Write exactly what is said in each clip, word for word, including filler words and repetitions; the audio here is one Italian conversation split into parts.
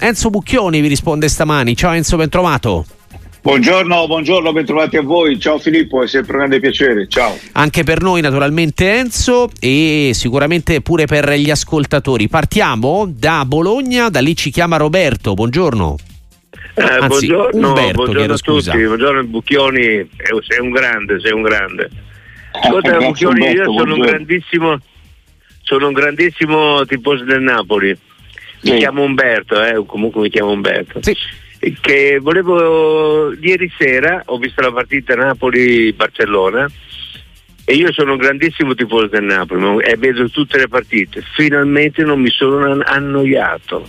Enzo Bucchioni vi risponde stamani. Ciao Enzo, ben trovato. Buongiorno, buongiorno, bentrovati a voi. Ciao Filippo, è sempre un grande piacere. Ciao. Anche per noi naturalmente Enzo, e sicuramente pure per gli ascoltatori. Partiamo da Bologna, da lì ci chiama Roberto. Buongiorno. Eh, Anzi, buongiorno, Umberto, buongiorno a scusa. tutti, buongiorno Bucchioni, sei un grande, sei un grande. Ascolta, Eh, Bucchioni, Umberto, io sono un buongiorno. grandissimo, sono un grandissimo tifoso del Napoli. Mi Sì. chiamo Umberto, eh, comunque mi chiamo Umberto. Sì. Che volevo, ieri sera ho visto la partita Napoli-Barcellona e io sono un grandissimo tifoso del Napoli e vedo tutte le partite. Finalmente non mi sono an- annoiato.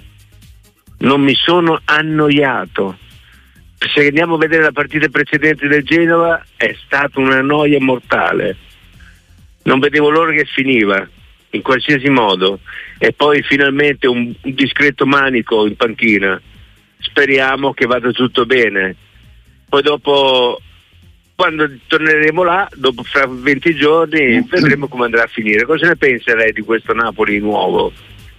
Non mi sono annoiato. Se andiamo a vedere la partita precedente del Genova è stata una noia mortale. Non vedevo l'ora che finiva in qualsiasi modo, e poi finalmente un, un discreto manico in panchina. Speriamo che vada tutto bene. Poi dopo, quando torneremo là, dopo fra venti giorni, vedremo come andrà a finire. Cosa ne pensa lei di questo Napoli nuovo?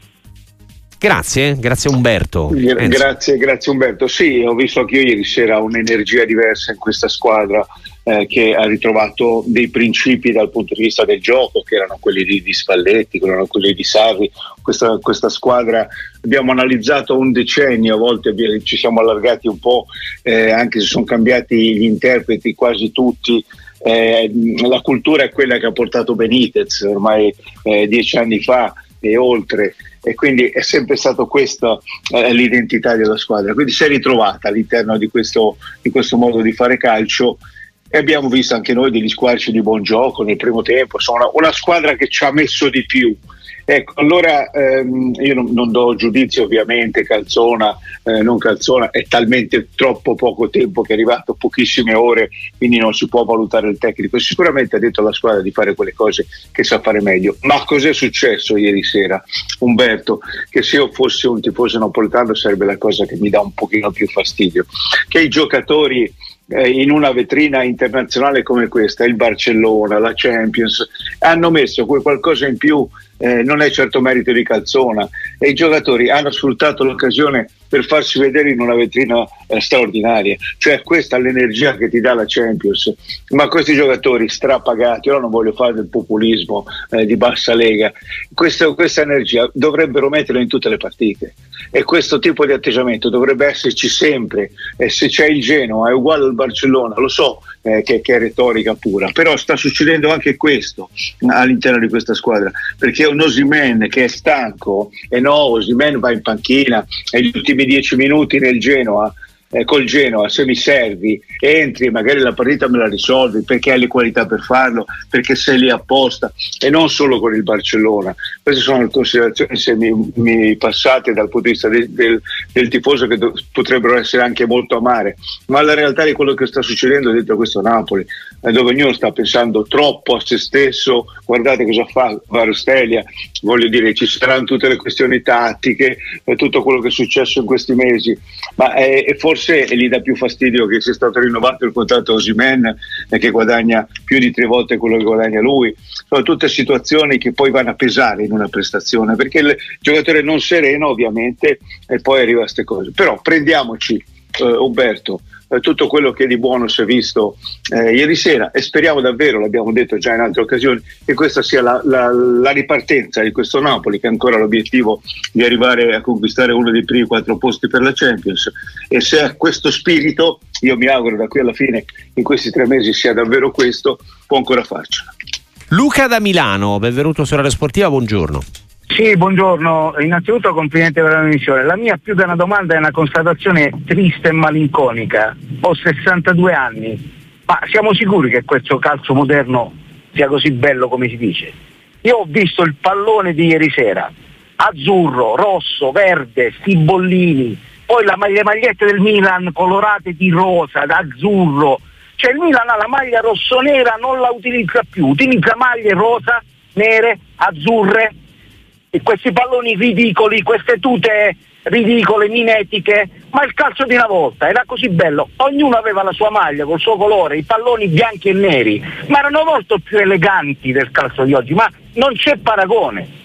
Grazie, grazie Umberto. Gra- Enzo. Grazie, grazie Umberto. Sì, ho visto anche io ieri sera un'energia diversa in questa squadra eh, che ha ritrovato dei principi dal punto di vista del gioco, che erano quelli di, di Spalletti, che erano quelli di Sarri. Questa, questa squadra abbiamo analizzato un decennio, a volte abbiamo, ci siamo allargati un po', eh, anche se sono cambiati gli interpreti quasi tutti. Eh, la cultura è quella che ha portato Benitez ormai eh, dieci anni fa e oltre, e quindi è sempre stato questa eh, l'identità della squadra, quindi si è ritrovata all'interno di questo, di questo modo di fare calcio, e abbiamo visto anche noi degli squarci di buon gioco nel primo tempo. Sono una, una squadra che ci ha messo di più. Ecco, allora ehm, io non, non do giudizio ovviamente, calzona, eh, non calzona, è talmente troppo poco tempo che è arrivato, pochissime ore, quindi non si può valutare il tecnico. Sicuramente ha detto alla squadra di fare quelle cose che sa fare meglio. Ma cos'è successo ieri sera, Umberto? Che se io fossi un tifoso napoletano sarebbe la cosa che mi dà un pochino più fastidio, che i giocatori eh, in una vetrina internazionale come questa, il Barcellona, la Champions, hanno messo quel qualcosa in più. Eh, non è certo merito di Calzona, e i giocatori hanno sfruttato l'occasione per farsi vedere in una vetrina eh, straordinaria. Cioè, questa è l'energia che ti dà la Champions. Ma questi giocatori strapagati, io non voglio fare del populismo eh, di bassa lega, questa, questa energia dovrebbero metterla in tutte le partite, e questo tipo di atteggiamento dovrebbe esserci sempre. E se c'è il Genoa è uguale al Barcellona, lo so eh, che, che è retorica pura, però sta succedendo anche questo all'interno di questa squadra, perché un Osimhen che è stanco, e no, Osimhen va in panchina e gli ultimi dieci minuti nel Genoa, eh, col Genoa, se mi servi entri e magari la partita me la risolvi, perché hai le qualità per farlo, perché sei lì apposta, e non solo con il Barcellona. Queste sono le considerazioni, se mi, mi passate, dal punto di vista de, del, del tifoso, che do, potrebbero essere anche molto amare, ma la realtà di quello che sta succedendo dentro questo Napoli, eh, dove ognuno sta pensando troppo a se stesso. Guardate cosa fa Kvaratskhelia, voglio dire, ci saranno tutte le questioni tattiche, eh, tutto quello che è successo in questi mesi, ma è, è forse gli dà più fastidio che sia stato rinnovato il contratto Osimhen, e che guadagna più di tre volte quello che guadagna lui. Sono tutte situazioni che poi vanno a pesare in una prestazione, perché il giocatore non sereno ovviamente, e poi arriva a queste cose. Però prendiamoci, eh, Umberto, eh, tutto quello che di buono si è visto eh, ieri sera, e speriamo davvero, l'abbiamo detto già in altre occasioni, che questa sia la, la, la ripartenza di questo Napoli, che ha ancora l'obiettivo di arrivare a conquistare uno dei primi quattro posti per la Champions. E se ha questo spirito, io mi auguro da qui alla fine, in questi tre mesi, sia davvero questo, può ancora farcela. Luca da Milano, benvenuto su Radio Sportiva, buongiorno. Sì, buongiorno, innanzitutto complimenti per la missione. La mia, più che una domanda, è una constatazione triste e malinconica. Ho sessantadue anni, ma siamo sicuri che questo calcio moderno sia così bello come si dice? Io ho visto il pallone di ieri sera, azzurro, rosso, verde, sti bollini, poi la, le magliette del Milan colorate di rosa, d'azzurro. Cioè il Milan ha la maglia rosso-nera, non la utilizza più, utilizza maglie rosa, nere, azzurre, e questi palloni ridicoli, queste tute ridicole, mimetiche. Ma il calcio di una volta era così bello, ognuno aveva la sua maglia col suo colore, i palloni bianchi e neri, ma erano molto più eleganti del calcio di oggi, ma non c'è paragone.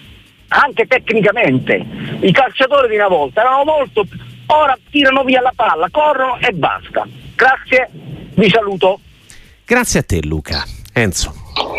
anche tecnicamente. I calciatori di una volta erano molto, ora tirano via la palla, corrono e basta. Grazie, vi saluto. Grazie a te Luca. Enzo.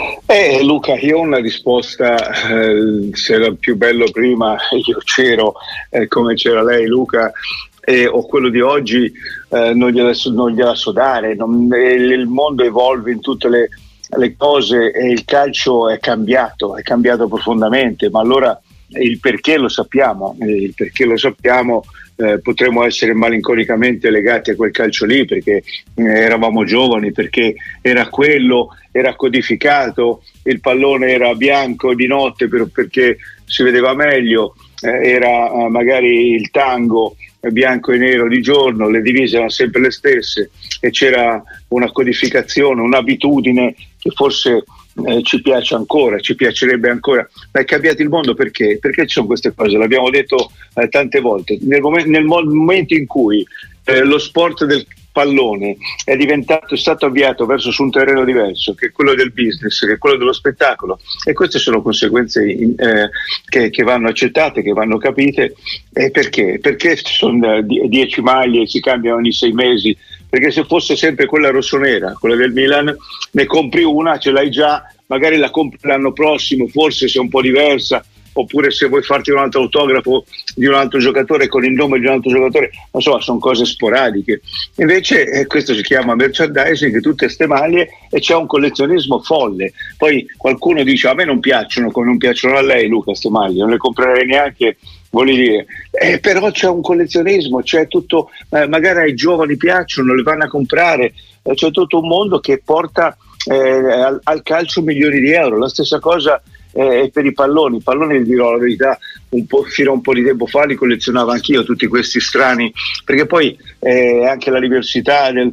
Eh, Luca, io ho una risposta, eh, se era più bello prima io c'ero, eh, come c'era lei Luca, eh, o quello di oggi eh, non, gliela so, non gliela so dare, non, eh, il mondo evolve in tutte le, le cose e il calcio è cambiato, è cambiato profondamente, ma allora il perché lo sappiamo, il perché lo sappiamo. Eh, potremmo essere malinconicamente legati a quel calcio lì perché eh, eravamo giovani, perché era quello, era codificato, il pallone era bianco di notte per, perché si vedeva meglio, eh, era eh, magari il tango eh, bianco e nero di giorno, le divise erano sempre le stesse e c'era una codificazione, un'abitudine che forse Eh, ci piace ancora, ci piacerebbe ancora, ma è cambiato il mondo perché? Perché ci sono queste cose, l'abbiamo detto eh, tante volte, nel, momen- nel mo- momento in cui eh, lo sport del pallone è diventato, è stato avviato verso su un terreno diverso, che è quello del business, che è quello dello spettacolo, e queste sono conseguenze in, eh, che, che vanno accettate, che vanno capite. E perché? Perché ci sono eh, dieci maglie, si cambiano ogni sei mesi, perché se fosse sempre quella rossonera, quella del Milan, ne compri una, ce l'hai già, magari la compri l'anno prossimo, forse se è un po' diversa, oppure se vuoi farti un altro autografo di un altro giocatore con il nome di un altro giocatore, non so, sono cose sporadiche. Invece eh, questo si chiama merchandising, tutte ste maglie, e c'è un collezionismo folle. Poi qualcuno dice a me non piacciono come non piacciono a lei Luca ste maglie, non le comprerei neanche, voglio dire, eh, però c'è un collezionismo, c'è tutto, eh, magari ai giovani piacciono, le vanno a comprare, eh, c'è tutto un mondo che porta eh, al, al calcio milioni di euro. La stessa cosa eh, per i palloni, i palloni, vi dirò la verità, un po', fino a un po' di tempo fa li collezionavo anch'io, tutti questi strani, perché poi eh, anche la diversità del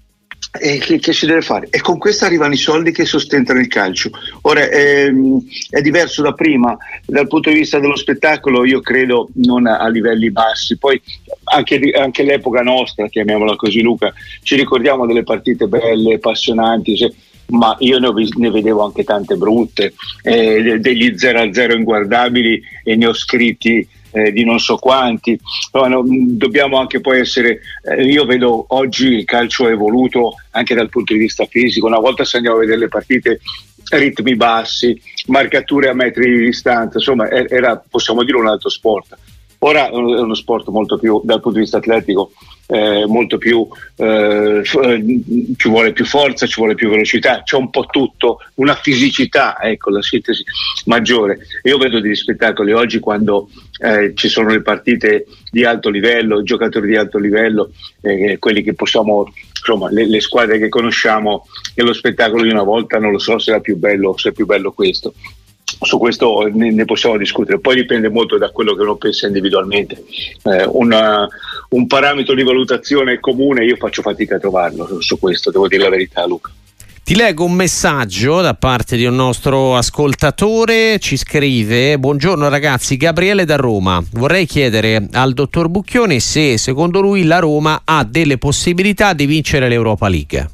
E che, che si deve fare? E con questo arrivano i soldi che sostentano il calcio. Ora ehm, è diverso da prima dal punto di vista dello spettacolo, io credo non a, a livelli bassi. Poi anche, anche l'epoca nostra, chiamiamola così Luca, ci ricordiamo delle partite belle, appassionanti, se, ma io ne, ho, ne vedevo anche tante brutte, eh, degli zero a zero inguardabili, e ne ho scritti Eh, di non so quanti. Però, no, dobbiamo anche poi essere eh, io vedo oggi il calcio è evoluto anche dal punto di vista fisico. Una volta se andiamo a vedere le partite, ritmi bassi, marcature a metri di distanza, insomma era, possiamo dire, un altro sport. Ora è uno sport molto più, dal punto di vista atletico, eh, molto più eh, ci vuole più forza, ci vuole più velocità, c'è un po' tutto, una fisicità, ecco la sintesi maggiore. Io vedo degli spettacoli oggi quando eh, ci sono le partite di alto livello, giocatori di alto livello, eh, quelli che possiamo, insomma le, le squadre che conosciamo, e lo spettacolo di una volta non lo so se era più bello, se è più bello questo. Su questo ne, ne possiamo discutere, poi dipende molto da quello che uno pensa individualmente. Eh, una, un parametro di valutazione comune io faccio fatica a trovarlo su questo, devo dire la verità Luca. Ti leggo un messaggio da parte di un nostro ascoltatore, ci scrive: buongiorno ragazzi, Gabriele da Roma, vorrei chiedere al dottor Bucchioni se secondo lui la Roma ha delle possibilità di vincere l'Europa League.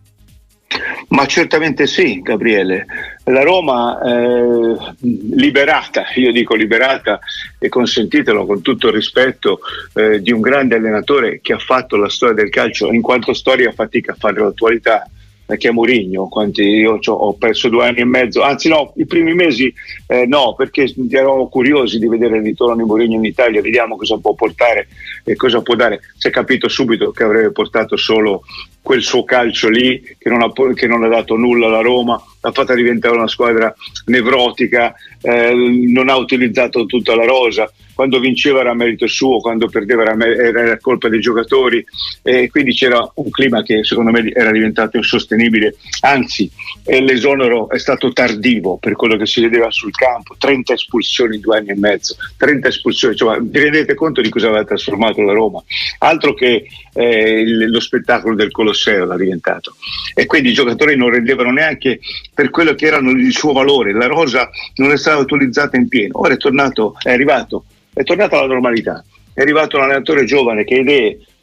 Ma certamente sì, Gabriele. La Roma eh, liberata, io dico liberata, e consentitelo con tutto il rispetto, eh, di un grande allenatore che ha fatto la storia del calcio, in quanto storia fatica a fare l'attualità, che è Mourinho. Quanti io ho perso due anni e mezzo, anzi no, i primi mesi eh, no, perché eravamo curiosi di vedere il ritorno di Mourinho in Italia, vediamo cosa può portare e cosa può dare. Si è capito subito che avrebbe portato solo quel suo calcio lì, che non ha, che non ha dato nulla alla Roma, l'ha fatta diventare una squadra nevrotica, eh, non ha utilizzato tutta la rosa, quando vinceva era merito suo, quando perdeva era, era colpa dei giocatori, e quindi c'era un clima che secondo me era diventato insostenibile, anzi eh, l'esonero è stato tardivo per quello che si vedeva sul campo, trenta espulsioni in due anni e mezzo, trenta espulsioni, cioè, vi rendete conto di cosa aveva trasformato la Roma? Altro che eh, il, lo spettacolo del Colosseo l'ha diventato, e quindi i giocatori non rendevano neanche per quello che erano il suo valore, la rosa non è stata utilizzata in pieno. Ora è tornato, è arrivato, è tornata alla normalità, è arrivato un allenatore giovane che ha idee,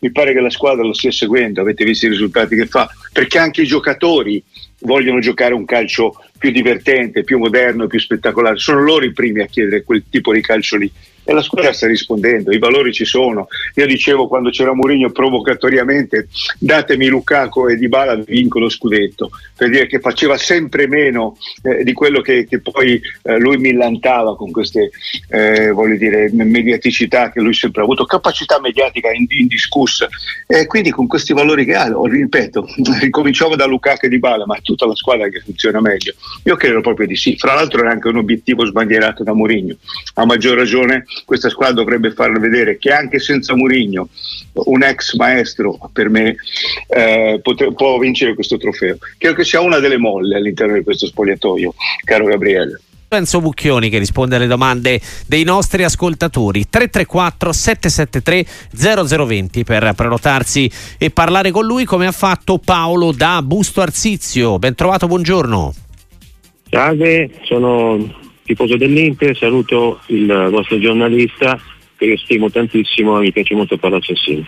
mi pare che la squadra lo stia seguendo, avete visto i risultati che fa, perché anche i giocatori vogliono giocare un calcio più divertente, più moderno, più spettacolare, sono loro i primi a chiedere quel tipo di calcio lì e la squadra sta rispondendo, i valori ci sono. Io dicevo quando c'era Mourinho provocatoriamente: datemi Lukaku e Dybala, vinco lo scudetto, per dire che faceva sempre meno eh, di quello che, che poi eh, lui millantava con queste eh, voglio dire mediaticità che lui sempre ha avuto, capacità mediatica indiscussa, e quindi con questi valori che ha, ripeto, ricominciavo da Lukaku e Dybala, ma è tutta la squadra che funziona meglio. Io credo proprio di sì, fra l'altro era anche un obiettivo sbandierato da Mourinho, a maggior ragione questa squadra dovrebbe farlo vedere che anche senza Mourinho un ex maestro per me eh, pote- può vincere questo trofeo. Credo che sia una delle molle all'interno di questo spogliatoio, caro Gabriele. Enzo Bucchioni che risponde alle domande dei nostri ascoltatori. Tre tre quattro sette sette tre zero zero due zero per prenotarsi e parlare con lui, come ha fatto Paolo da Busto Arsizio. Ben trovato, buongiorno. Salve, sono tifoso dell'Inter, saluto il vostro giornalista che io stimo tantissimo e mi piace molto parlare insieme.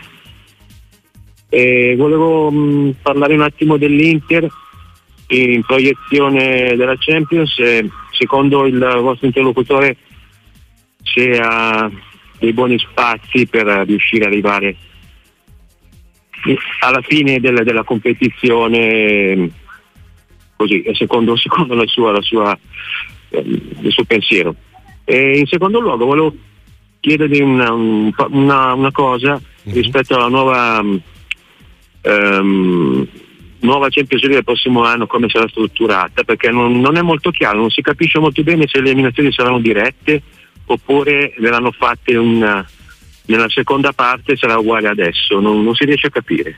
E volevo mh, parlare un attimo dell'Inter in proiezione della Champions. Eh, secondo il vostro interlocutore c'è ha dei buoni spazi per riuscire ad arrivare alla fine della, della competizione, così, secondo, secondo la sua, la sua il suo pensiero. E in secondo luogo volevo chiedervi una, una, una cosa mm-hmm. rispetto alla nuova um, nuova Champions League del prossimo anno, come sarà strutturata, perché non, non è molto chiaro, non si capisce molto bene se le eliminazioni saranno dirette oppure verranno fatte una, nella seconda parte sarà uguale adesso, non, non si riesce a capire.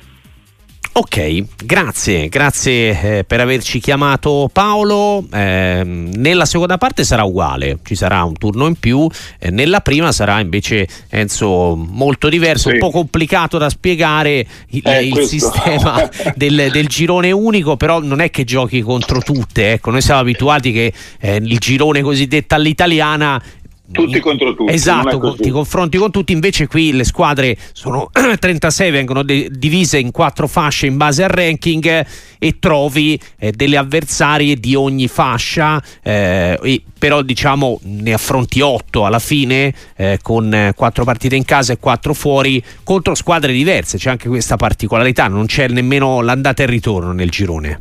Ok, grazie, grazie eh, per averci chiamato Paolo. Eh, nella seconda parte sarà uguale, ci sarà un turno in più, eh, nella prima sarà invece Enzo molto diverso, sì. Un po' complicato da spiegare il, eh, il sistema del, del girone unico, però non è che giochi contro tutte, ecco, noi siamo abituati che eh, il girone cosiddetto all'italiana tutti contro tutti, esatto, ti confronti con tutti, invece qui le squadre sono trentasei, vengono de- divise in quattro fasce in base al ranking e trovi eh, delle avversarie di ogni fascia, eh, e però diciamo ne affronti otto alla fine, eh, con quattro partite in casa e quattro fuori contro squadre diverse. C'è anche questa particolarità, non c'è nemmeno l'andata e il ritorno nel girone.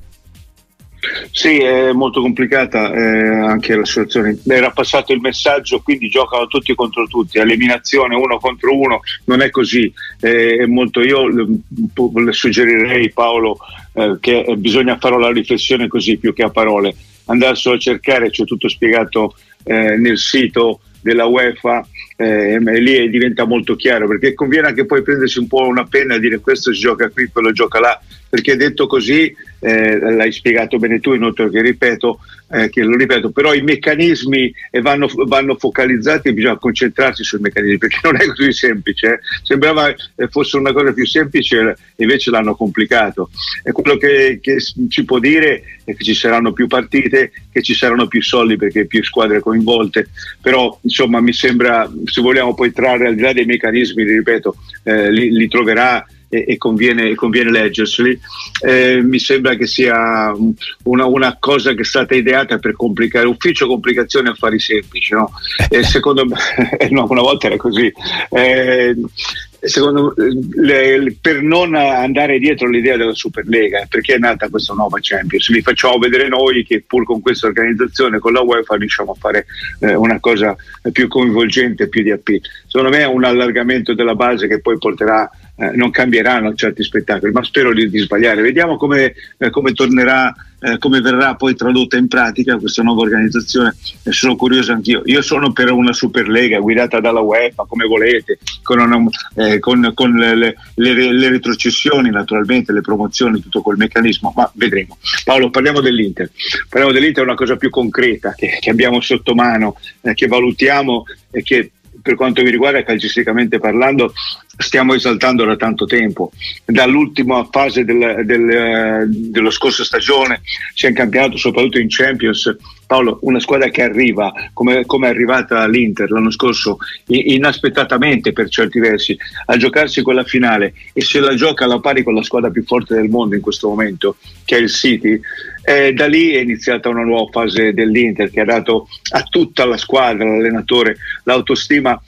Sì, è molto complicata eh, anche la situazione. Era passato il messaggio, quindi giocano tutti contro tutti, eliminazione uno contro uno, non è così. Eh, è molto, io le suggerirei, Paolo, eh, che bisogna fare la riflessione così più che a parole, andarselo a cercare, c'è tutto spiegato eh, nel sito della UEFA, eh, e lì diventa molto chiaro, perché conviene anche poi prendersi un po' una penna e dire questo si gioca qui, quello gioca là, perché detto così eh, l'hai spiegato bene tu, inoltre che ripeto eh, che lo ripeto, però i meccanismi eh, vanno, vanno focalizzati e bisogna concentrarsi sui meccanismi, perché non è così semplice, eh. Sembrava eh, fosse una cosa più semplice, invece l'hanno complicato. E quello che, che si può dire è che ci saranno più partite, che ci saranno più soldi perché più squadre coinvolte, però insomma mi sembra, se vogliamo poi trarre al di là dei meccanismi, ripeto, eh, li, li troverà e, e conviene, conviene leggerseli. Eh, mi sembra che sia una, una cosa che è stata ideata per complicare, ufficio complicazioni affari semplici, no? E secondo me no, una volta era così. Eh, Secondo, le, per non andare dietro l'idea della Superlega, perché è nata questa nuova Champions, vi facciamo vedere noi che pur con questa organizzazione, con la UEFA, riusciamo a fare eh, una cosa più coinvolgente, più di appeal. Secondo me è un allargamento della base che poi porterà, eh, non cambieranno certi spettacoli, ma spero di, di sbagliare. Vediamo come, eh, come tornerà, eh, come verrà poi tradotta in pratica questa nuova organizzazione, e sono curioso anch'io. Io sono per una Superlega guidata dalla UEFA, come volete, con, una, eh, con, con le, le, le, le retrocessioni naturalmente, le promozioni, tutto quel meccanismo, ma vedremo. Paolo, parliamo dell'Inter. Parliamo dell'Inter, è una cosa più concreta che, che abbiamo sotto mano, eh, che valutiamo e che per quanto mi riguarda calcisticamente parlando stiamo esaltando da tanto tempo. Dall'ultima fase del, del, dello scorso stagione sia in campionato, soprattutto in Champions, Paolo, una squadra che arriva come, come è arrivata l'Inter l'anno scorso inaspettatamente per certi versi a giocarsi quella finale, e se la gioca alla pari con la squadra più forte del mondo in questo momento, che è il City, eh, da lì è iniziata una nuova fase dell'Inter che ha dato a tutta la squadra, l'allenatore, l'autostima,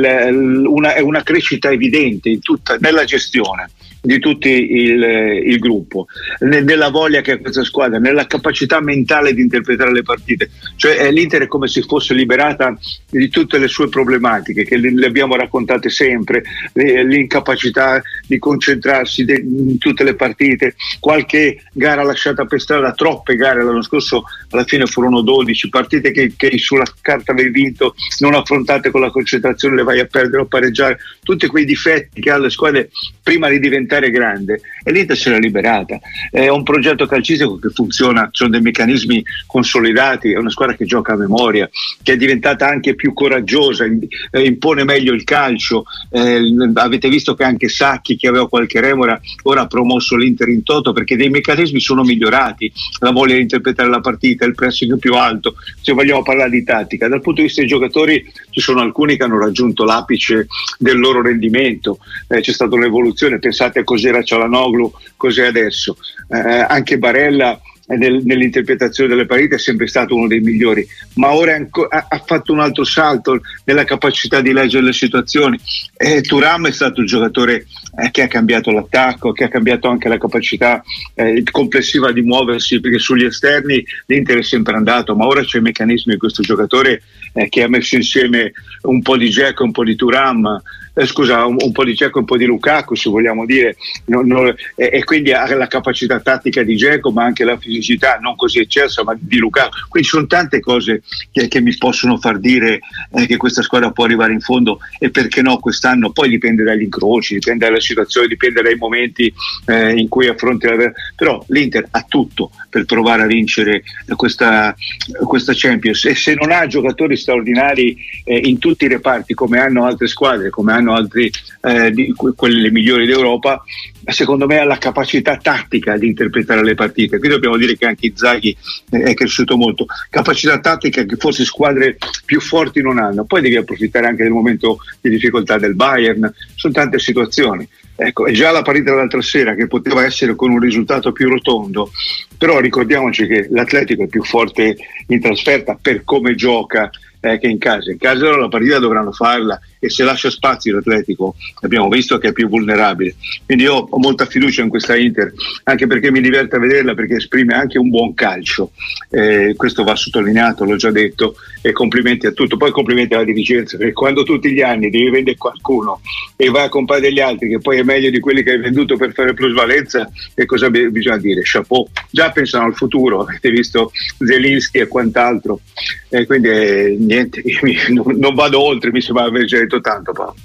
l, una, è una crescita evidente in tutta, nella gestione di tutti il, il gruppo, nella voglia che ha questa squadra, nella capacità mentale di interpretare le partite. Cioè l'Inter è come se fosse liberata di tutte le sue problematiche che le abbiamo raccontate sempre, l'incapacità di concentrarsi in tutte le partite, qualche gara lasciata per strada, troppe gare l'anno scorso, alla fine furono dodici partite che, che sulla carta avevi vinto, non affrontate con la concentrazione, le vai a perdere o pareggiare, tutti quei difetti che ha le squadre prima di diventare grande, e l'Inter se l'è liberata. È un progetto calcistico che funziona, ci sono dei meccanismi consolidati, è una squadra che gioca a memoria, che è diventata anche più coraggiosa, impone meglio il calcio. Eh, avete visto che anche Sacchi, che aveva qualche remora, ora ha promosso l'Inter in toto perché dei meccanismi sono migliorati, la voglia di interpretare la partita, il pressing più alto. Se vogliamo parlare di tattica, dal punto di vista dei giocatori ci sono alcuni che hanno raggiunto l'apice del loro rendimento, eh, c'è stata un'evoluzione, pensate cos'era Cialanoglu, cos'è adesso. Eh, anche Barella nel, nell'interpretazione delle partite è sempre stato uno dei migliori, ma ora anco, ha, ha fatto un altro salto nella capacità di leggere le situazioni. Eh, Thuram è stato il giocatore eh, che ha cambiato l'attacco, che ha cambiato anche la capacità eh, complessiva di muoversi, perché sugli esterni l'Inter è sempre andato, ma ora c'è il meccanismo di questo giocatore eh, che ha messo insieme un po' di Dzeko, un po' di Thuram, Eh, scusa, un, un po' di Dzeko, un po' di Lukaku, se vogliamo dire, no, no, e, e quindi ha la capacità tattica di Dzeko, ma anche la fisicità non così eccelsa, ma di Lukaku. Quindi ci sono tante cose che, che mi possono far dire eh, che questa squadra può arrivare in fondo, e perché no quest'anno. Poi dipende dagli incroci, dipende dalla situazione, dipende dai momenti eh, in cui affronti la... Però l'Inter ha tutto per provare a vincere questa, questa Champions, e se non ha giocatori straordinari eh, in tutti i reparti come hanno altre squadre, come hanno altri eh, di, quelle migliori d'Europa, secondo me ha la capacità tattica di interpretare le partite. Qui dobbiamo dire che anche Inzaghi eh, è cresciuto molto, capacità tattica che forse squadre più forti non hanno. Poi devi approfittare anche del momento di difficoltà del Bayern, sono tante situazioni. Ecco, è già la partita dell'altra sera che poteva essere con un risultato più rotondo, però ricordiamoci che l'Atletico è più forte in trasferta per come gioca eh, che in casa. In casa la partita dovranno farla, e se lascia spazio l'Atletico abbiamo visto che è più vulnerabile. Quindi io ho molta fiducia in questa Inter, anche perché mi diverte a vederla, perché esprime anche un buon calcio, eh, questo va sottolineato, l'ho già detto, e complimenti a tutto. Poi complimenti alla dirigenza, perché quando tutti gli anni devi vendere qualcuno e vai a comprare degli altri che poi è meglio di quelli che hai venduto per fare plusvalenza, che cosa bisogna dire? Chapeau. Già pensano al futuro, avete visto Zelinski e quant'altro, e quindi eh, niente, non, non vado oltre, mi sembra aver già detto tanto, Paolo.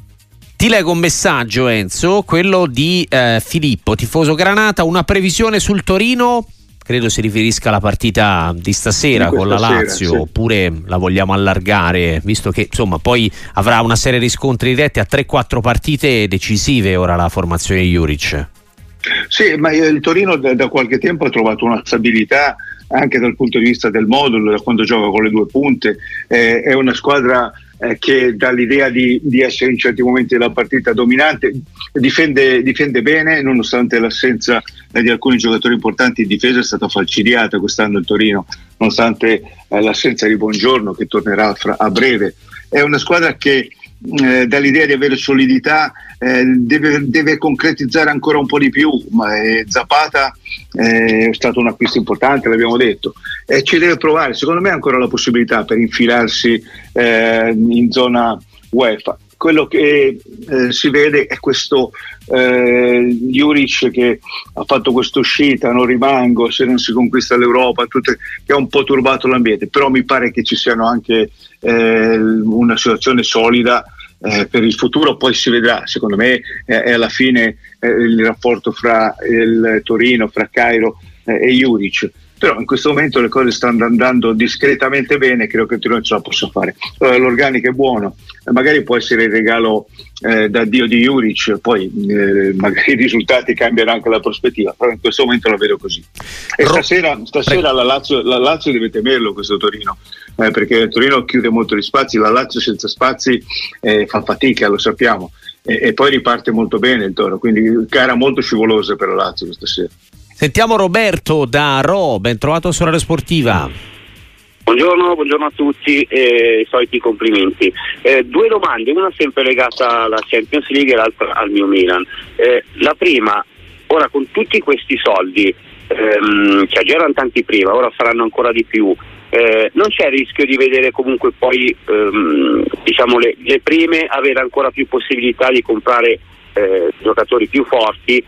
Ti leggo un messaggio, Enzo, quello di eh, Filippo, tifoso Granata. Una previsione sul Torino? Credo si riferisca alla partita di stasera di con la Lazio, sera, sì. Oppure la vogliamo allargare, visto che insomma poi avrà una serie di scontri diretti a tre quattro partite decisive ora la formazione Juric. Sì, ma il Torino da, da qualche tempo ha trovato una stabilità anche dal punto di vista del modulo, da quando gioca con le due punte. Eh, è una squadra eh, che dà l'idea di, di essere in certi momenti della partita dominante, difende, difende bene nonostante l'assenza eh, di alcuni giocatori importanti in difesa. È stata falcidiata quest'anno il Torino, nonostante eh, l'assenza di Buongiorno, che tornerà fra, a breve. È una squadra che Eh, dall'idea di avere solidità eh, deve, deve concretizzare ancora un po' di più, ma eh, Zapata eh, è stato un acquisto importante, l'abbiamo detto, e eh, ci deve provare. Secondo me ha ancora la possibilità per infilarsi eh, in zona UEFA. Quello che eh, si vede è questo eh, Juric che ha fatto questa uscita, non rimango se non si conquista l'Europa, tutte, che ha un po' turbato l'ambiente, però mi pare che ci siano anche eh, una situazione solida eh, per il futuro. Poi si vedrà, secondo me eh, è alla fine eh, il rapporto fra il Torino, fra Cairo eh, e Juric. però in questo momento le cose stanno andando discretamente bene, credo che il Torino ce la possa fare. Allora, l'organico è buono, magari può essere il regalo eh, da Dio di Juric, poi eh, magari i risultati cambiano anche la prospettiva, però in questo momento la vedo così. E stasera, stasera la, Lazio, la Lazio deve temerlo questo Torino, eh, perché il Torino chiude molto gli spazi, la Lazio senza spazi eh, fa fatica, lo sappiamo, e, e poi riparte molto bene il Toro, quindi gara molto scivolosa per la Lazio questa sera. Sentiamo Roberto da Ro, ben trovato su Radio Sportiva. Buongiorno, buongiorno a tutti e i soliti complimenti. Eh, due domande, una sempre legata alla Champions League e l'altra al mio Milan. Eh, la prima, ora con tutti questi soldi, ehm, cioè già erano tanti prima, ora saranno ancora di più, eh, non c'è il rischio di vedere comunque poi ehm, diciamo le, le prime avere ancora più possibilità di comprare eh, giocatori più forti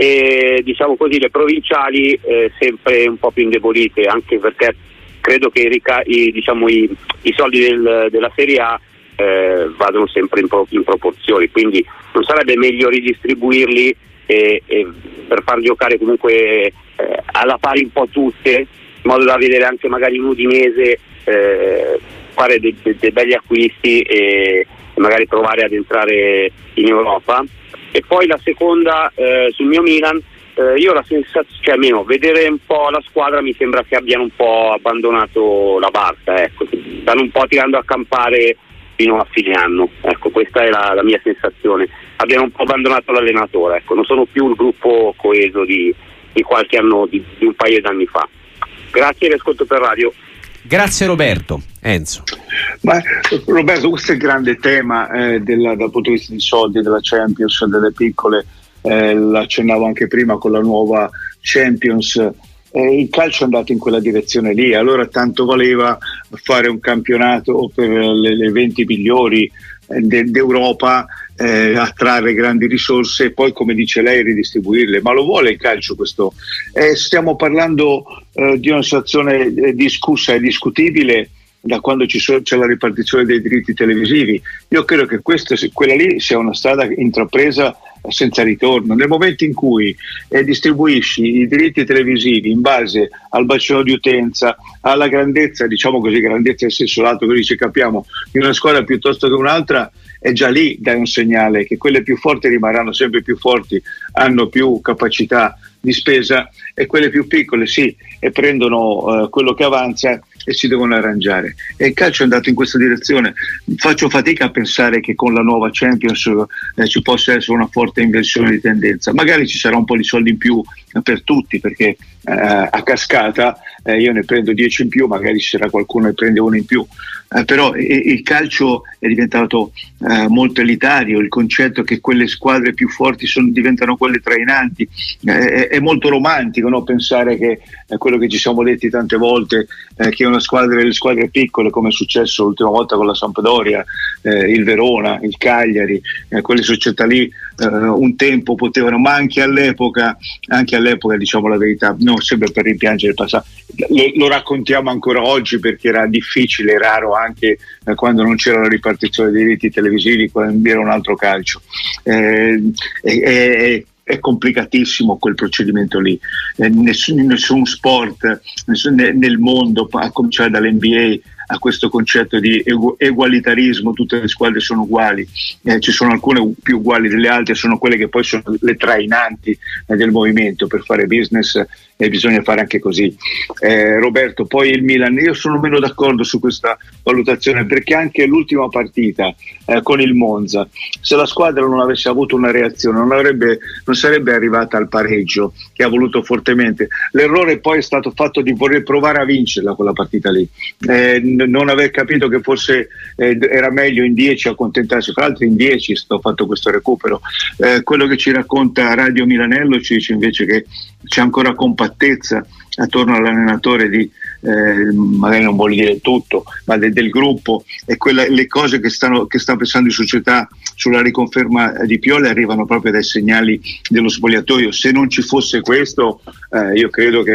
e diciamo così le provinciali eh, sempre un po' più indebolite, anche perché credo che i, rica- i, diciamo, i, i soldi del, della Serie A eh, vadano sempre in, pro- in proporzioni, quindi non sarebbe meglio ridistribuirli e, e per far giocare comunque eh, alla pari un po' tutte, in modo da vedere anche magari un Udinese eh, fare dei, dei, dei belli acquisti e, e magari provare ad entrare in Europa. E poi la seconda eh, sul mio Milan, eh, io ho la sensazione, cioè almeno vedere un po' la squadra mi sembra che abbiano un po' abbandonato la barca, ecco, stanno un po' tirando a campare fino a fine anno, ecco, questa è la, la mia sensazione, abbiano un po' abbandonato l'allenatore, ecco, non sono più il gruppo coeso di, di qualche anno, di, di un paio di anni fa. Grazie e ascolto per radio. Grazie Roberto. Enzo. Ma Roberto, questo è il grande tema eh, della, dal punto di vista dei soldi, della Champions, delle piccole, eh, l'accennavo anche prima con la nuova Champions, eh, il calcio è andato in quella direzione lì, allora tanto valeva fare un campionato per le, le venti migliori eh, de, d'Europa, eh, attrarre grandi risorse e poi, come dice lei, ridistribuirle. Ma lo vuole il calcio questo? Eh, stiamo parlando eh, di una situazione eh, discussa e discutibile da quando ci so, c'è la ripartizione dei diritti televisivi. Io credo che questa, quella lì sia una strada intrapresa senza ritorno. Nel momento in cui eh, distribuisci i diritti televisivi in base al bacino di utenza, alla grandezza, diciamo così, grandezza in senso lato, così ci capiamo, di una squadra piuttosto che un'altra, è già lì dai un segnale che quelle più forti rimarranno sempre più forti, hanno più capacità di spesa, e quelle più piccole sì, e prendono uh, quello che avanza e si devono arrangiare. E il calcio è andato in questa direzione. Faccio fatica a pensare che con la nuova Champions eh, ci possa essere una forte inversione di tendenza. Magari ci sarà un po' di soldi in più per tutti, perché eh, a cascata eh, io ne prendo dieci in più, magari ci sarà qualcuno che prende uno in più, eh, però eh, il calcio è diventato eh, molto elitario, il concetto che quelle squadre più forti sono, diventano quelle trainanti, eh, è molto romantico, no? Pensare che eh, quello che ci siamo detti tante volte, eh, che una squadra, le squadre piccole, come è successo l'ultima volta con la Sampdoria, eh, il Verona, il Cagliari, eh, quelle società lì eh, un tempo potevano, ma anche all'epoca, anche all'epoca diciamo la verità, non sempre per rimpiangere il passato, lo, lo raccontiamo ancora oggi perché era difficile, raro anche eh, quando non c'era la ripartizione dei diritti televisivi, quando era un altro calcio. Eh, eh, eh, È complicatissimo quel procedimento lì, eh, nessun, nessun sport nessun, nel mondo, a cominciare dall'N B A, a questo concetto di egu- egualitarismo, tutte le squadre sono uguali, eh, ci sono alcune più uguali delle altre, sono quelle che poi sono le trainanti eh, del movimento. Per fare business eh, bisogna fare anche così. eh, Roberto, poi il Milan, io sono meno d'accordo su questa valutazione, perché anche l'ultima partita eh, con il Monza, se la squadra non avesse avuto una reazione non, avrebbe, non sarebbe arrivata al pareggio che ha voluto fortemente. L'errore poi è stato fatto di voler provare a vincerla quella partita lì, eh, non aver capito che forse eh, era meglio in dieci accontentarsi. Fra l'altro in dieci sto fatto questo recupero. Eh, quello che ci racconta Radio Milanello ci dice invece che c'è ancora compattezza attorno all'allenatore di eh, magari non vuol dire tutto, ma de, del gruppo, e quella, le cose che stanno che sta pensando in società sulla riconferma di Pioli arrivano proprio dai segnali dello spogliatoio. Se non ci fosse questo, eh, io credo che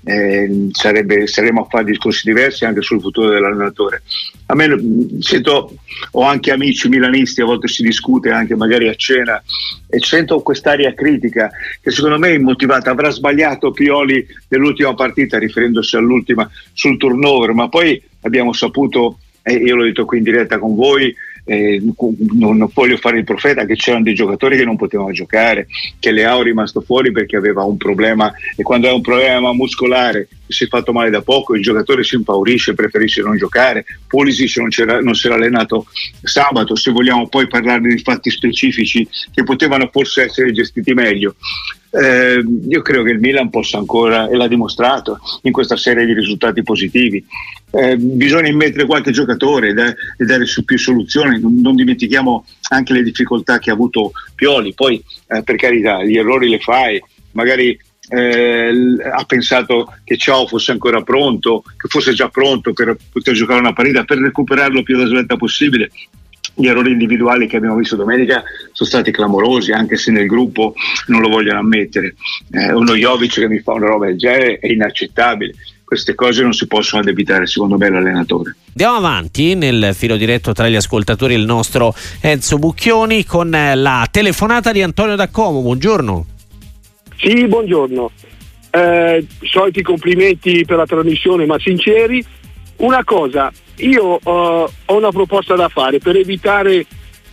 eh, sarebbe, saremo a fare discorsi diversi anche sul futuro dell'allenatore. A me sento, ho anche amici milanisti, a volte si discute anche magari a cena, e sento quest'aria critica che secondo me è immotivata. Avrà sbagliato Pioli nell'ultima partita, riferendosi all'ultima sul turnover, ma poi abbiamo saputo, e eh, io l'ho detto qui in diretta con voi, Eh, non voglio fare il profeta, che c'erano dei giocatori che non potevano giocare, che Leao è rimasto fuori perché aveva un problema, e quando hai un problema muscolare, si è fatto male da poco, il giocatore si impaurisce, preferisce non giocare. Pulisic non, c'era, non si era allenato sabato, se vogliamo poi parlare di fatti specifici che potevano forse essere gestiti meglio. Eh, io credo che il Milan possa ancora, e l'ha dimostrato in questa serie di risultati positivi, eh, bisogna immettere qualche giocatore e da, dare su più soluzioni. Non, non dimentichiamo anche le difficoltà che ha avuto Pioli, poi eh, per carità gli errori le fai, magari eh, ha pensato che Ciao fosse ancora pronto, che fosse già pronto per poter giocare una partita, per recuperarlo più da svelta possibile. Gli errori individuali che abbiamo visto domenica sono stati clamorosi, anche se nel gruppo non lo vogliono ammettere. Eh, uno Jovic che mi fa una roba del genere è inaccettabile. Queste cose non si possono addebitare, secondo me, all'allenatore. Andiamo avanti nel filo diretto tra gli ascoltatori, il nostro Enzo Bucchioni, con la telefonata di Antonio da Como. Buongiorno. Sì, buongiorno. Eh, soliti complimenti per la trasmissione, ma sinceri. Una cosa, io uh, ho una proposta da fare per evitare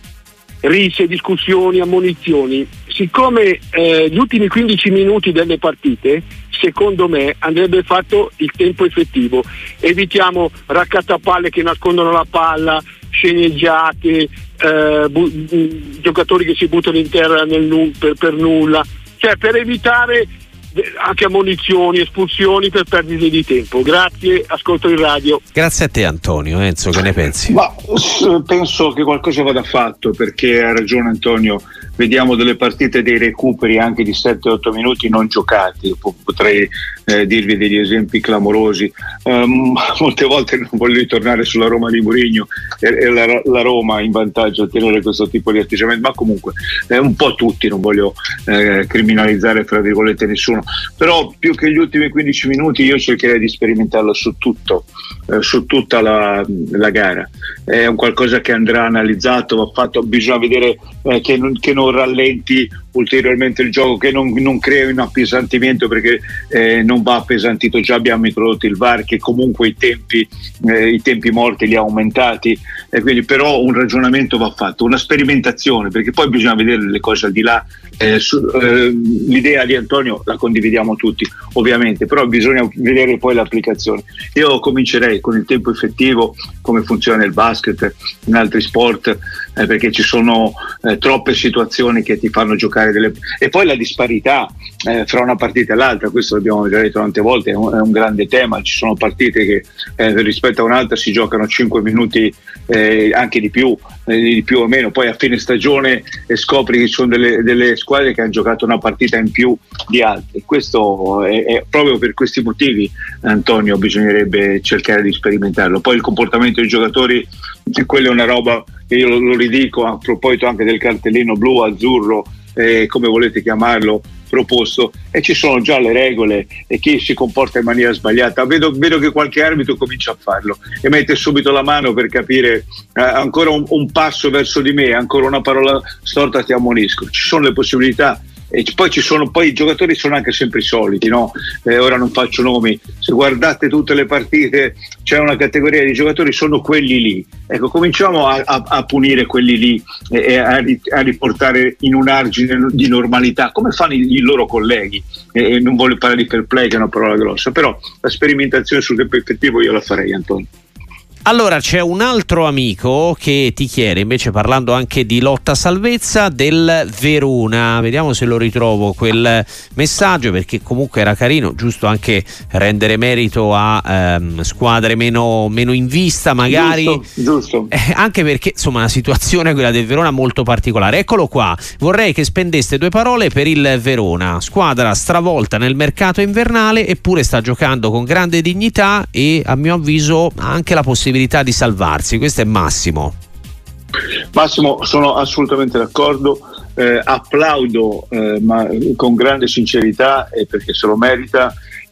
risse, discussioni, ammonizioni. Siccome eh, gli ultimi quindici minuti delle partite, secondo me andrebbe fatto il tempo effettivo. Evitiamo raccattapalle che nascondono la palla, sceneggiate, eh, bu- giocatori che si buttano in terra nel nu- per, per nulla, cioè per evitare anche ammonizioni, espulsioni, per perdite di tempo. Grazie, ascolto il radio. Grazie a te Antonio. Enzo, che ne pensi? Ma penso che qualcosa vada fatto, perché ha ragione Antonio, vediamo delle partite, dei recuperi anche di sette otto minuti non giocati. Potrei eh, dirvi degli esempi clamorosi. Um, molte volte non voglio ritornare sulla Roma di Mourinho e, e la, la Roma in vantaggio a tenere questo tipo di atteggiamento, ma comunque eh, un po' tutti, non voglio eh, criminalizzare fra virgolette nessuno, però più che gli ultimi quindici minuti io cercherei di sperimentarlo su tutto, eh, su tutta la, la gara. È un qualcosa che andrà analizzato, va fatto, bisogna vedere eh, che, non, che non rallenti ulteriormente il gioco, che non, non crea un appesantimento, perché eh, non va appesantito. Già abbiamo introdotto il V A R che comunque i tempi, eh, i tempi morti li ha aumentati, e quindi però un ragionamento va fatto, una sperimentazione, perché poi bisogna vedere le cose al di là. Eh, su, eh, l'idea di Antonio la condividiamo tutti ovviamente, però bisogna vedere poi l'applicazione. Io comincerei con il tempo effettivo, come funziona nel basket, in altri sport, eh, perché ci sono eh, troppe situazioni che ti fanno giocare delle... e poi la disparità eh, fra una partita e l'altra, questo l'abbiamo già detto tante volte, è un, è un grande tema. Ci sono partite che eh, rispetto a un'altra si giocano cinque minuti, eh, anche di più, eh, di più o meno, poi a fine stagione e scopri che ci sono delle, delle squadre che hanno giocato una partita in più di altre. Questo è, è proprio per questi motivi, Antonio, bisognerebbe cercare di sperimentarlo. Poi il comportamento dei giocatori, quella è una roba che io lo, lo ridico a proposito anche del cartellino blu, azzurro, eh, come volete chiamarlo, proposto, e ci sono già le regole, e chi si comporta in maniera sbagliata, vedo, vedo che qualche arbitro comincia a farlo e mette subito la mano per capire, eh, ancora un, un passo verso di me, ancora una parola storta, ti ammonisco. Ci sono le possibilità. E poi ci sono, poi i giocatori sono anche sempre i soliti, no? Eh, ora non faccio nomi, se guardate tutte le partite c'è una categoria di giocatori, sono quelli lì. Ecco, cominciamo a, a, a punire quelli lì e, e a, a riportare in un argine di normalità, come fanno i, i loro colleghi. E, e non voglio parlare di fair play, che è una parola grossa, però la sperimentazione sul tempo effettivo io la farei, Antonio. Allora c'è un altro amico che ti chiede, invece, parlando anche di lotta salvezza, del Verona. Vediamo se lo ritrovo quel messaggio, perché comunque era carino, giusto anche rendere merito a ehm, squadre meno, meno in vista magari, giusto, giusto. Eh, anche perché insomma la situazione, quella del Verona, molto particolare. Eccolo qua, vorrei che spendeste due parole per il Verona, squadra stravolta nel mercato invernale, eppure sta giocando con grande dignità e a mio avviso ha anche la possibilità di salvarsi. Questo è Massimo. Massimo, sono assolutamente d'accordo, eh, applaudo eh, ma con grande sincerità, e perché se lo merita,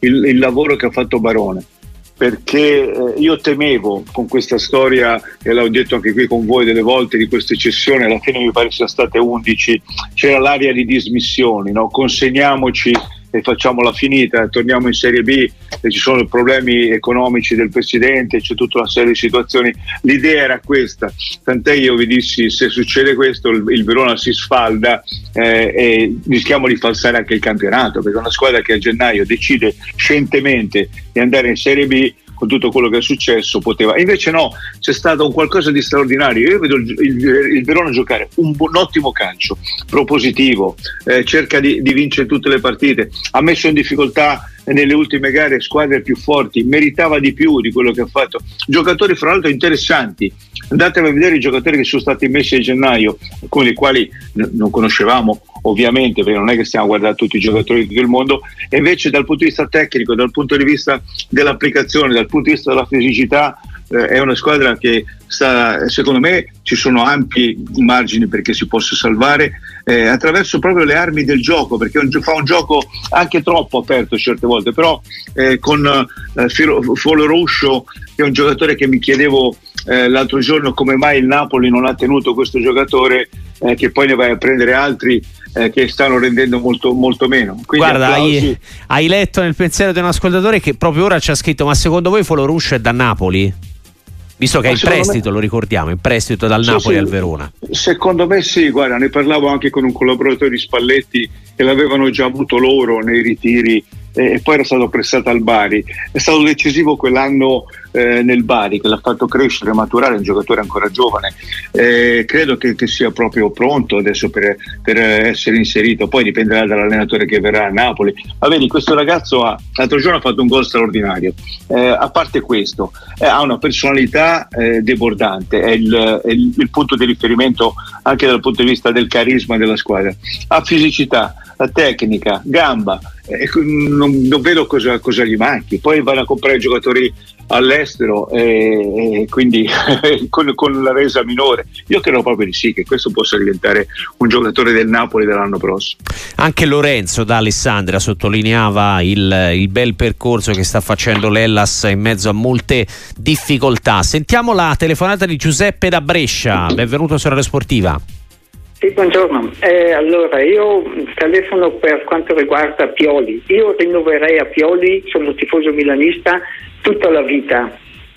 il, il lavoro che ha fatto Barone, perché eh, io temevo con questa storia, e l'ho detto anche qui con voi delle volte, di queste cessioni, alla fine mi pare sia state undici, c'era l'aria di dismissioni, no? Consegniamoci e facciamola finita, torniamo in Serie B e ci sono problemi economici del presidente, c'è tutta una serie di situazioni. L'idea era questa, tant'è io vi dissi, se succede questo il, il Verona si sfalda eh, e rischiamo di falsare anche il campionato, perché una squadra che a gennaio decide scientemente di andare in Serie B, con tutto quello che è successo poteva, invece no, c'è stato un qualcosa di straordinario. Io vedo il, il, il Verona giocare un, un ottimo calcio, propositivo, eh, cerca di, di vincere tutte le partite, ha messo in difficoltà nelle ultime gare squadre più forti, meritava di più di quello che ha fatto, giocatori fra l'altro interessanti. Andatevi a vedere i giocatori che sono stati messi a gennaio, alcuni dei quali n- non conoscevamo ovviamente, perché non è che stiamo a guardare tutti i giocatori di tutto il mondo, e invece dal punto di vista tecnico, dal punto di vista dell'applicazione, dal punto di vista della fisicità, eh, è una squadra che sta, secondo me ci sono ampi margini perché si possa salvare eh, attraverso proprio le armi del gioco, perché un, fa un gioco anche troppo aperto certe volte, però eh, con eh, Folo Ruscio, che è un giocatore che mi chiedevo eh, l'altro giorno come mai il Napoli non ha tenuto questo giocatore, eh, che poi ne vai a prendere altri eh, che stanno rendendo molto, molto meno. Quindi guarda, hai, hai letto nel pensiero di un ascoltatore che proprio ora ci ha scritto: ma secondo voi Folo Ruscio è da Napoli? Visto che è in prestito, me... lo ricordiamo, in prestito dal sì, Napoli sì, al Verona. Secondo me sì, guarda, ne parlavo anche con un collaboratore di Spalletti che l'avevano già avuto loro nei ritiri e poi era stato prestato al Bari. È stato decisivo quell'anno eh, nel Bari, che l'ha fatto crescere, maturare, è un giocatore ancora giovane. Eh, credo che, che sia proprio pronto adesso per, per essere inserito, poi dipenderà dall'allenatore che verrà a Napoli. Ma vedi, questo ragazzo ha, l'altro giorno ha fatto un gol straordinario, eh, a parte questo eh, ha una personalità eh, debordante, è, il, è il, il punto di riferimento anche dal punto di vista del carisma della squadra, ha fisicità, la tecnica, gamba, eh, non, non vedo cosa, cosa gli manchi. Poi vanno a comprare giocatori all'estero e, e quindi con, con la resa minore. Io credo proprio di sì, che questo possa diventare un giocatore del Napoli dell'anno prossimo. Anche Lorenzo da Alessandria sottolineava il, il bel percorso che sta facendo l'Hellas in mezzo a molte difficoltà. Sentiamo la telefonata di Giuseppe da Brescia. Benvenuto su Radio Sportiva. Sì, buongiorno. Eh, allora, io telefono per quanto riguarda Pioli. Io rinnoverei a Pioli, sono tifoso milanista, tutta la vita,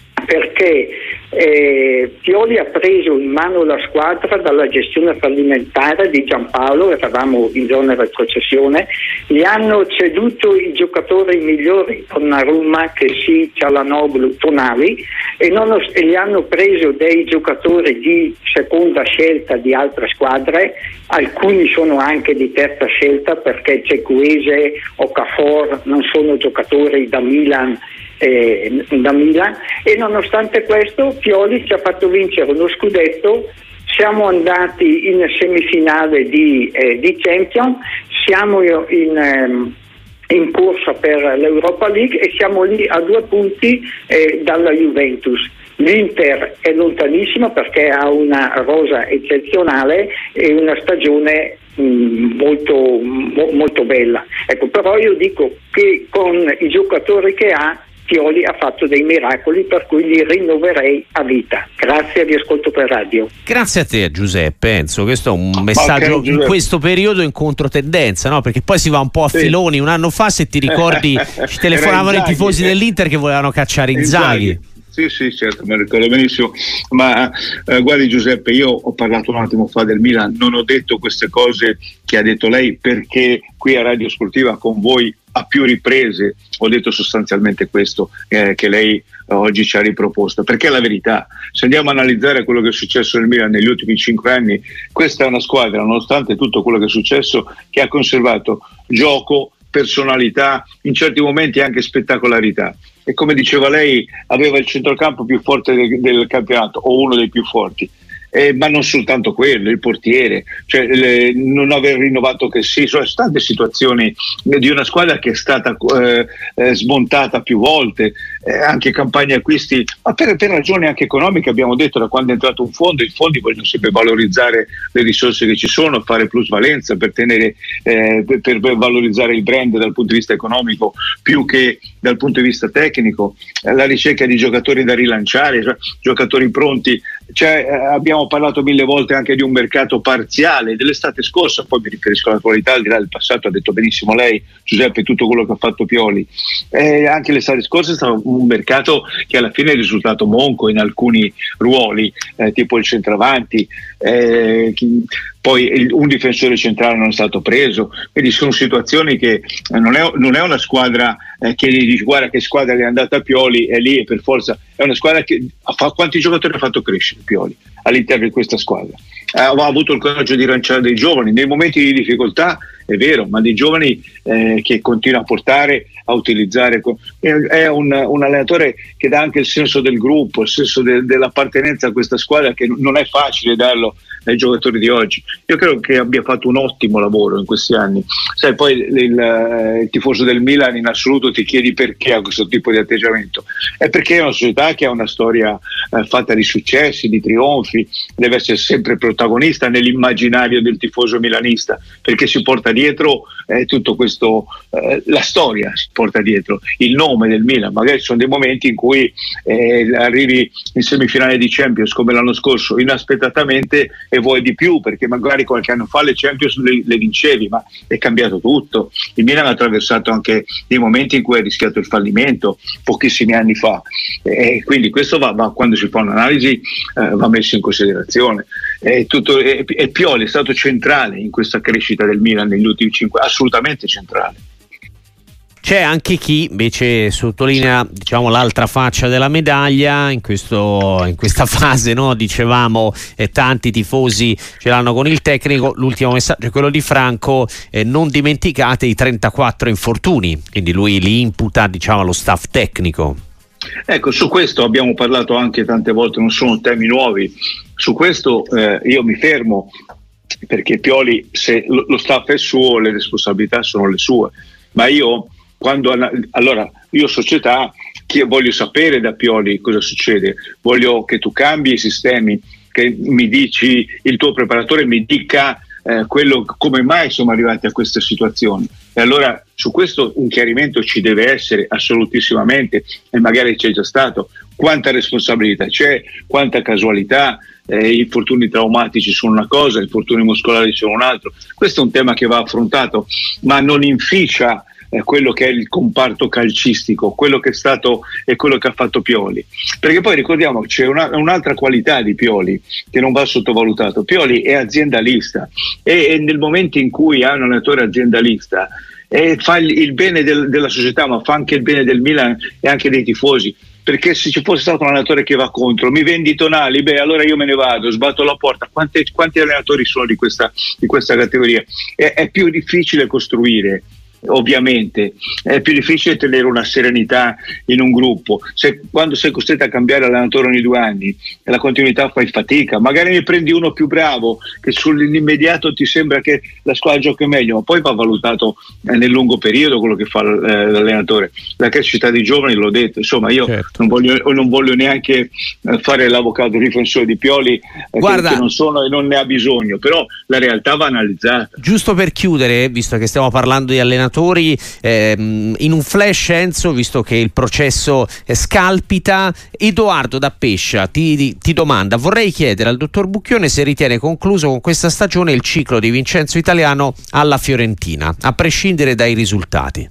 perché eh, Pioli ha preso in mano la squadra dalla gestione fallimentare di Giampaolo, eravamo in zona retrocessione, gli hanno ceduto i giocatori migliori, Donnarumma, che sì, Cialanoglu, Tonali, e, non ho, e gli hanno preso dei giocatori di seconda scelta di altre squadre, alcuni sono anche di terza scelta perché Cecuese o Cafor non sono giocatori da Milan, eh, da Milan, e nonostante questo Pioli ci ha fatto vincere uno scudetto, siamo andati in semifinale di, eh, di Champions, siamo in... Ehm, in corsa per l'Europa League e siamo lì a due punti eh, dalla Juventus. L'Inter è lontanissima perché ha una rosa eccezionale e una stagione mh, molto, mo, molto bella. Ecco, però io dico che con i giocatori che ha Pioli ha fatto dei miracoli, per cui li rinnoverei a vita. Grazie, vi ascolto per radio. Grazie a te Giuseppe. Enzo, questo è un messaggio okay, in questo periodo in controtendenza, no? Perché poi si va un po' a sì. filoni. Un anno fa, se ti ricordi, ci telefonavano i tifosi dell'Inter che volevano cacciare Inzaghi. Inzaghi. Sì, sì, certo, mi ricordo benissimo. Ma eh, guardi Giuseppe, io ho parlato un attimo fa del Milan, non ho detto queste cose che ha detto lei perché qui a Radio Sportiva con voi a più riprese ho detto sostanzialmente questo eh, che lei oggi ci ha riproposto, perché è la verità. Se andiamo a analizzare quello che è successo nel Milan negli ultimi cinque anni, questa è una squadra, nonostante tutto quello che è successo, che ha conservato gioco, personalità, in certi momenti anche spettacolarità. E come diceva lei, aveva il centrocampo più forte del, del campionato, o uno dei più forti. Eh, ma non soltanto quello, il portiere, cioè le, non aver rinnovato che sì, sono state situazioni di una squadra che è stata eh, eh, smontata più volte, eh, anche campagne acquisti, ma per, per ragioni anche economiche. Abbiamo detto, da quando è entrato un fondo, i fondi vogliono sempre valorizzare le risorse che ci sono, fare plusvalenza per tenere eh, per, per valorizzare il brand dal punto di vista economico più che dal punto di vista tecnico, eh, la ricerca di giocatori da rilanciare, cioè, giocatori pronti. Cioè, eh, abbiamo parlato mille volte anche di un mercato parziale dell'estate scorsa, poi mi riferisco all'attualità, al di là del passato, ha detto benissimo lei, Giuseppe, tutto quello che ha fatto Pioli. Eh, anche l'estate scorsa è stato un mercato che alla fine è risultato monco in alcuni ruoli, eh, tipo il centravanti, eh, chi, poi il, un difensore centrale non è stato preso, quindi sono situazioni che eh, non, è, non è una squadra eh, che gli dice guarda che squadra gli è andata a Pioli, è lì e per forza, è una squadra che ha, quanti giocatori ha fatto crescere Pioli all'interno di questa squadra. Ha avuto il coraggio di lanciare dei giovani nei momenti di difficoltà, è vero, ma dei giovani eh, che continua a portare, a utilizzare. È un, un allenatore che dà anche il senso del gruppo, il senso de, dell'appartenenza a questa squadra, che non è facile darlo ai giocatori di oggi. Io credo che abbia fatto un ottimo lavoro in questi anni. Sai, poi il, il, il tifoso del Milan in assoluto ti chiedi perché ha questo tipo di atteggiamento. È perché è una società che ha una storia eh, fatta di successi, di trionfi, deve essere sempre protagonista nell'immaginario del tifoso milanista, perché si porta dietro eh, tutto questo, eh, la storia si porta dietro, il nome del Milan. Magari ci sono dei momenti in cui eh, arrivi in semifinale di Champions come l'anno scorso inaspettatamente e vuoi di più, perché magari qualche anno fa le Champions le, le vincevi, ma è cambiato tutto. Il Milan ha attraversato anche dei momenti in cui ha rischiato il fallimento pochissimi anni fa, e quindi questo va, va quando si fa un'analisi eh, va messo in considerazione. E, tutto, e, e Pioli è stato centrale in questa crescita del Milan negli ultimi cinque, assolutamente centrale. C'è anche chi invece sottolinea, diciamo, l'altra faccia della medaglia in, questo, in questa fase, no? Dicevamo, eh, tanti tifosi ce l'hanno con il tecnico. L'ultimo messaggio è quello di Franco, eh, non dimenticate i trentaquattro infortuni, quindi lui li imputa, diciamo, allo staff tecnico. Ecco, su questo abbiamo parlato anche tante volte, non sono temi nuovi. Su questo eh, io mi fermo, perché Pioli, se lo, lo staff è suo, le responsabilità sono le sue, ma io quando allora io società che voglio sapere da Pioli cosa succede, voglio che tu cambi i sistemi, che mi dici, il tuo preparatore mi dica eh, quello, come mai siamo arrivati a questa situazione. E allora su questo un chiarimento ci deve essere assolutissimamente, e magari c'è già stato. Quanta responsabilità c'è, quanta casualità, eh, gli infortuni traumatici sono una cosa, gli infortuni muscolari sono un altro. Questo è un tema che va affrontato, ma non inficia eh, quello che è il comparto calcistico, quello che è stato e quello che ha fatto Pioli. Perché poi ricordiamo che c'è una, un'altra qualità di Pioli che non va sottovalutato. Pioli è aziendalista e, e nel momento in cui ha un allenatore aziendalista e fa il, il bene del, della società, ma fa anche il bene del Milan e anche dei tifosi. Perché se ci fosse stato un allenatore che va contro, mi vendi i Tonali, beh allora io me ne vado, sbatto la porta. Quanti, quanti allenatori sono di questa, di questa categoria? È, è più difficile costruire, ovviamente, è più difficile tenere una serenità in un gruppo. Se, quando sei costretto a cambiare allenatore ogni due anni, la continuità fai fatica. Magari ne prendi uno più bravo, che sull'immediato ti sembra che la squadra giochi meglio, ma poi va valutato eh, nel lungo periodo quello che fa eh, l'allenatore. La crescita dei giovani, l'ho detto, insomma io certo. non, voglio, non voglio neanche eh, fare l'avvocato difensore di Pioli, eh, Guarda, che, che non sono e non ne ha bisogno, però la realtà va analizzata. Giusto per chiudere, visto che stiamo parlando di allenatori, Ehm, in un flash, Enzo, visto che il processo eh, scalpita, Edoardo da Pescia ti, ti domanda: vorrei chiedere al dottor Bucchione se ritiene concluso con questa stagione il ciclo di Vincenzo Italiano alla Fiorentina, a prescindere dai risultati.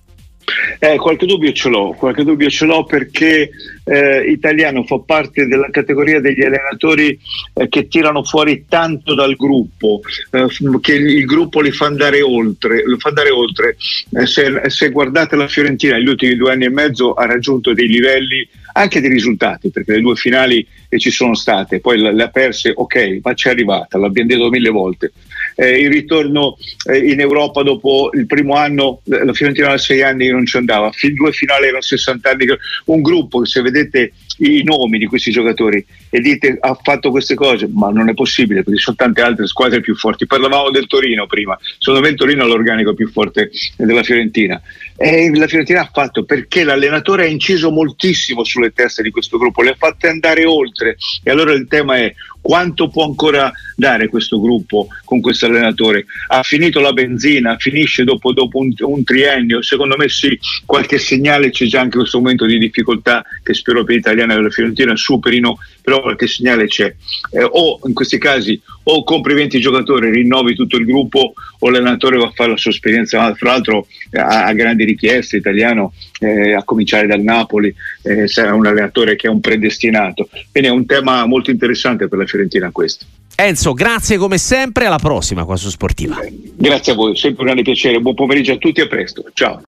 Eh, qualche dubbio ce l'ho, qualche dubbio ce l'ho perché eh, Italiano fa parte della categoria degli allenatori eh, che tirano fuori tanto dal gruppo, eh, che il gruppo li fa andare oltre, lo fa andare oltre. Eh, se, se guardate la Fiorentina negli ultimi due anni e mezzo ha raggiunto dei livelli anche di risultati, perché le due finali che ci sono state, poi le ha perse, ok, ma c'è arrivata, l'abbiamo detto mille volte. Eh, il ritorno eh, in Europa dopo il primo anno, la Fiorentina da sei anni non ci andava, fin due finali erano sessanta anni, un gruppo che se vedete i nomi di questi giocatori e dite ha fatto queste cose, ma non è possibile perché ci sono tante altre squadre più forti. Parlavamo del Torino prima, secondo me il Torino ha l'organico più forte della Fiorentina, e la Fiorentina ha fatto perché l'allenatore ha inciso moltissimo sulle teste di questo gruppo, le ha fatte andare oltre, e allora il tema è quanto può ancora dare questo gruppo con questo allenatore. Ha finito la benzina, finisce dopo, dopo un, un triennio? Secondo me sì, qualche segnale c'è già anche in questo momento di difficoltà che spero per gli italiani della Fiorentina superino, però qualche segnale c'è. Eh, o in questi casi o compri venti giocatori, rinnovi tutto il gruppo, o l'allenatore va a fare la sua esperienza, fra l'altro ha, ha grandi richieste, italiano, eh, a cominciare dal Napoli, eh, sarà un allenatore che è un predestinato, quindi è un tema molto interessante per la Fiorentina questo. Enzo, grazie come sempre, alla prossima qua su Sportiva. Grazie a voi, sempre un grande piacere, buon pomeriggio a tutti, a presto, ciao.